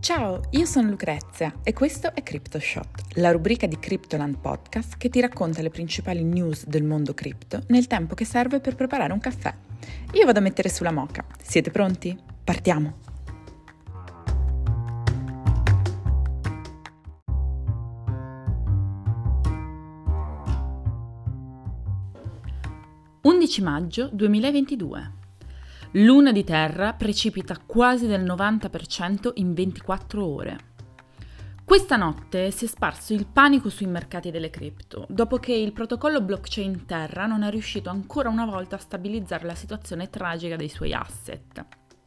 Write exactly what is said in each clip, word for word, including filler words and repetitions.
Ciao, io sono Lucrezia e questo è CryptoShot, la rubrica di Cryptoland Podcast che ti racconta le principali news del mondo cripto nel tempo che serve per preparare un caffè. Io vado a mettere sulla moka. Siete pronti? Partiamo! undici maggio duemilaventidue. Luna di Terra precipita quasi del novanta per cento in ventiquattro ore. Questa notte si è sparso il panico sui mercati delle cripto, dopo che il protocollo blockchain Terra non è riuscito ancora una volta a stabilizzare la situazione tragica dei suoi asset.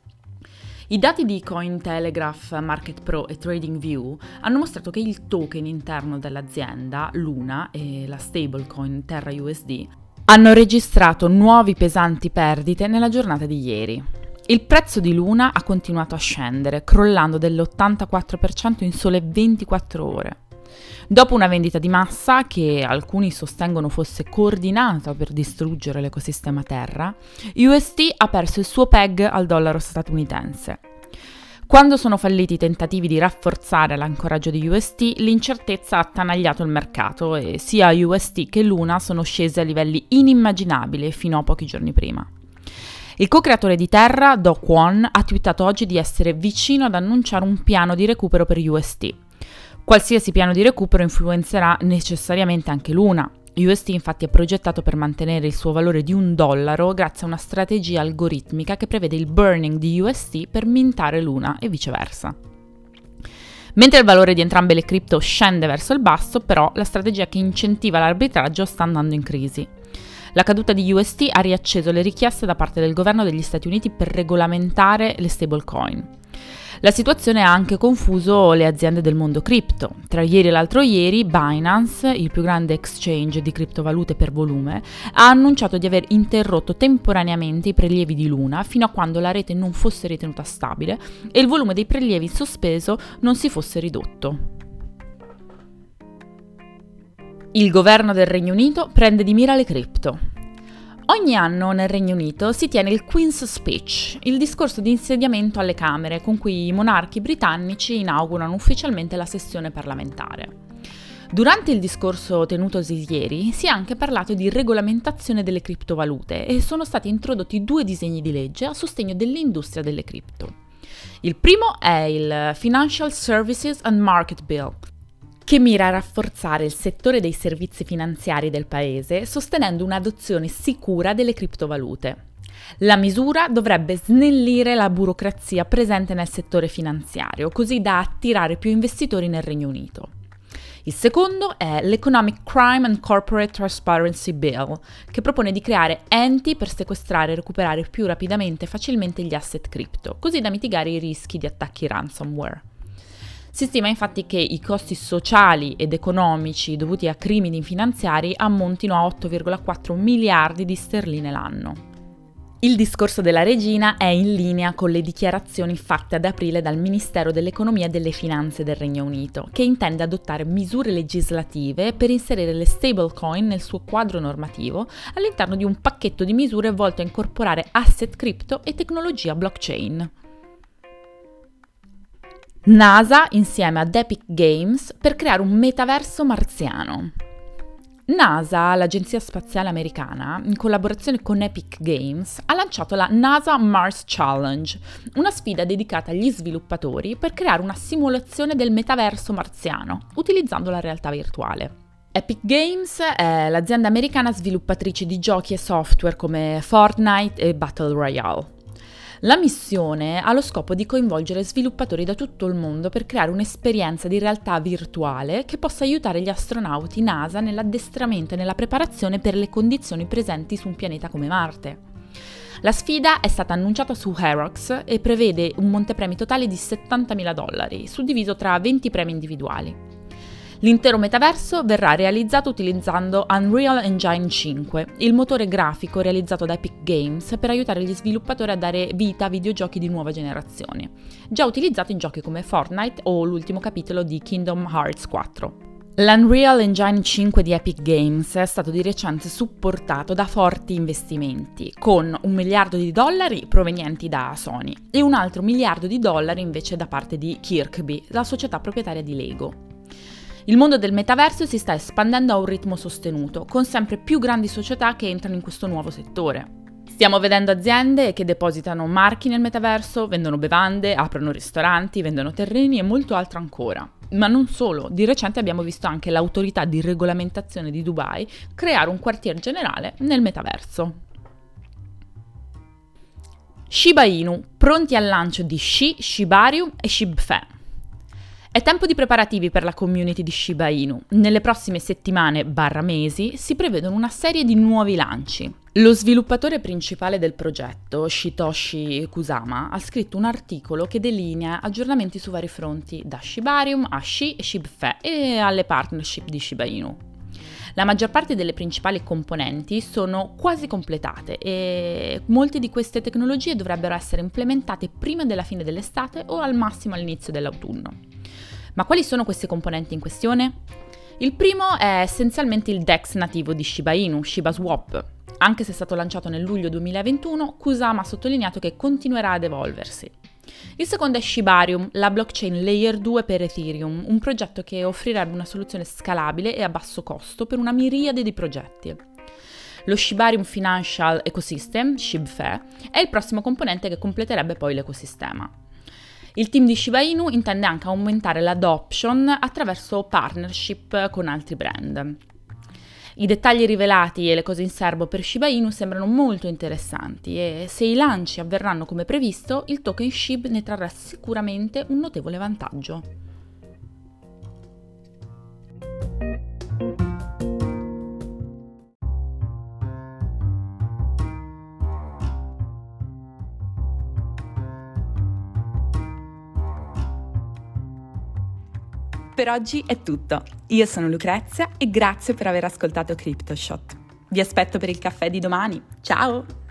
I dati di Cointelegraph, MarketPro e TradingView hanno mostrato che il token interno dell'azienda, Luna, e la stablecoin Terra U S D, hanno registrato nuovi pesanti perdite nella giornata di ieri. Il prezzo di Luna ha continuato a scendere, crollando dell'ottantaquattro per cento in sole ventiquattro ore. Dopo una vendita di massa, che alcuni sostengono fosse coordinata per distruggere l'ecosistema Terra, U S D ha perso il suo peg al dollaro statunitense. Quando sono falliti i tentativi di rafforzare l'ancoraggio di U S D, l'incertezza ha attanagliato il mercato e sia U S D che Luna sono scese a livelli inimmaginabili fino a pochi giorni prima. Il co-creatore di Terra, Do Kwon, ha twittato oggi di essere vicino ad annunciare un piano di recupero per U S D. Qualsiasi piano di recupero influenzerà necessariamente anche Luna. U S D infatti è progettato per mantenere il suo valore di un dollaro grazie a una strategia algoritmica che prevede il burning di U S D per mintare Luna e viceversa. Mentre il valore di entrambe le cripto scende verso il basso, però la strategia che incentiva l'arbitraggio sta andando in crisi. La caduta di U S D ha riacceso le richieste da parte del governo degli Stati Uniti per regolamentare le stablecoin. La situazione ha anche confuso le aziende del mondo cripto. Tra ieri e l'altro ieri, Binance, il più grande exchange di criptovalute per volume, ha annunciato di aver interrotto temporaneamente i prelievi di Luna fino a quando la rete non fosse ritenuta stabile e il volume dei prelievi in sospeso non si fosse ridotto. Il governo del Regno Unito prende di mira le cripto. Ogni anno nel Regno Unito si tiene il Queen's Speech, il discorso di insediamento alle Camere con cui i monarchi britannici inaugurano ufficialmente la sessione parlamentare. Durante il discorso tenutosi ieri si è anche parlato di regolamentazione delle criptovalute e sono stati introdotti due disegni di legge a sostegno dell'industria delle cripto. Il primo è il Financial Services and Market Bill, che mira a rafforzare il settore dei servizi finanziari del paese, sostenendo un'adozione sicura delle criptovalute. La misura dovrebbe snellire la burocrazia presente nel settore finanziario, così da attirare più investitori nel Regno Unito. Il secondo è l'Economic Crime and Corporate Transparency Bill, che propone di creare enti per sequestrare e recuperare più rapidamente e facilmente gli asset cripto, così da mitigare i rischi di attacchi ransomware. Si stima infatti che i costi sociali ed economici dovuti a crimini finanziari ammontino a otto virgola quattro miliardi di sterline l'anno. Il discorso della regina è in linea con le dichiarazioni fatte ad aprile dal Ministero dell'Economia e delle Finanze del Regno Unito, che intende adottare misure legislative per inserire le stablecoin nel suo quadro normativo all'interno di un pacchetto di misure volto a incorporare asset cripto e tecnologia blockchain. NASA insieme ad Epic Games per creare un metaverso marziano. NASA, l'agenzia spaziale americana, in collaborazione con Epic Games, ha lanciato la NASA Mars Challenge, una sfida dedicata agli sviluppatori per creare una simulazione del metaverso marziano, utilizzando la realtà virtuale. Epic Games è l'azienda americana sviluppatrice di giochi e software come Fortnite e Battle Royale. La missione ha lo scopo di coinvolgere sviluppatori da tutto il mondo per creare un'esperienza di realtà virtuale che possa aiutare gli astronauti NASA nell'addestramento e nella preparazione per le condizioni presenti su un pianeta come Marte. La sfida è stata annunciata su Herox e prevede un montepremi totale di settantamila dollari, suddiviso tra venti premi individuali. L'intero metaverso verrà realizzato utilizzando Unreal Engine cinque, il motore grafico realizzato da Epic Games per aiutare gli sviluppatori a dare vita a videogiochi di nuova generazione, già utilizzato in giochi come Fortnite o l'ultimo capitolo di Kingdom Hearts quattro. L'Unreal Engine cinque di Epic Games è stato di recente supportato da forti investimenti, con un miliardo di dollari provenienti da Sony e un altro miliardo di dollari invece da parte di Kirkby, la società proprietaria di Lego. Il mondo del metaverso si sta espandendo a un ritmo sostenuto, con sempre più grandi società che entrano in questo nuovo settore. Stiamo vedendo aziende che depositano marchi nel metaverso, vendono bevande, aprono ristoranti, vendono terreni e molto altro ancora. Ma non solo, di recente abbiamo visto anche l'autorità di regolamentazione di Dubai creare un quartier generale nel metaverso. Shiba Inu, pronti al lancio di Shi, Shibarium e Shibfe. È tempo di preparativi per la community di Shiba Inu. Nelle prossime settimane barra mesi si prevedono una serie di nuovi lanci. Lo sviluppatore principale del progetto, Shitoshi Kusama, ha scritto un articolo che delinea aggiornamenti su vari fronti, da Shibarium a Shi e Shibfe e alle partnership di Shiba Inu. La maggior parte delle principali componenti sono quasi completate e molte di queste tecnologie dovrebbero essere implementate prima della fine dell'estate o al massimo all'inizio dell'autunno. Ma quali sono queste componenti in questione? Il primo è essenzialmente il D E X nativo di Shiba Inu, ShibaSwap. Anche se è stato lanciato nel luglio duemilaventuno, Kusama ha sottolineato che continuerà ad evolversi. Il secondo è Shibarium, la blockchain layer due per Ethereum, un progetto che offrirebbe una soluzione scalabile e a basso costo per una miriade di progetti. Lo Shibarium Financial Ecosystem, Shibfe, è il prossimo componente che completerebbe poi l'ecosistema. Il team di Shiba Inu intende anche aumentare l'adoption attraverso partnership con altri brand. I dettagli rivelati e le cose in serbo per Shiba Inu sembrano molto interessanti e se i lanci avverranno come previsto, il token S H I B ne trarrà sicuramente un notevole vantaggio. Per oggi è tutto. Io sono Lucrezia e grazie per aver ascoltato CryptoShot. Vi aspetto per il caffè di domani. Ciao!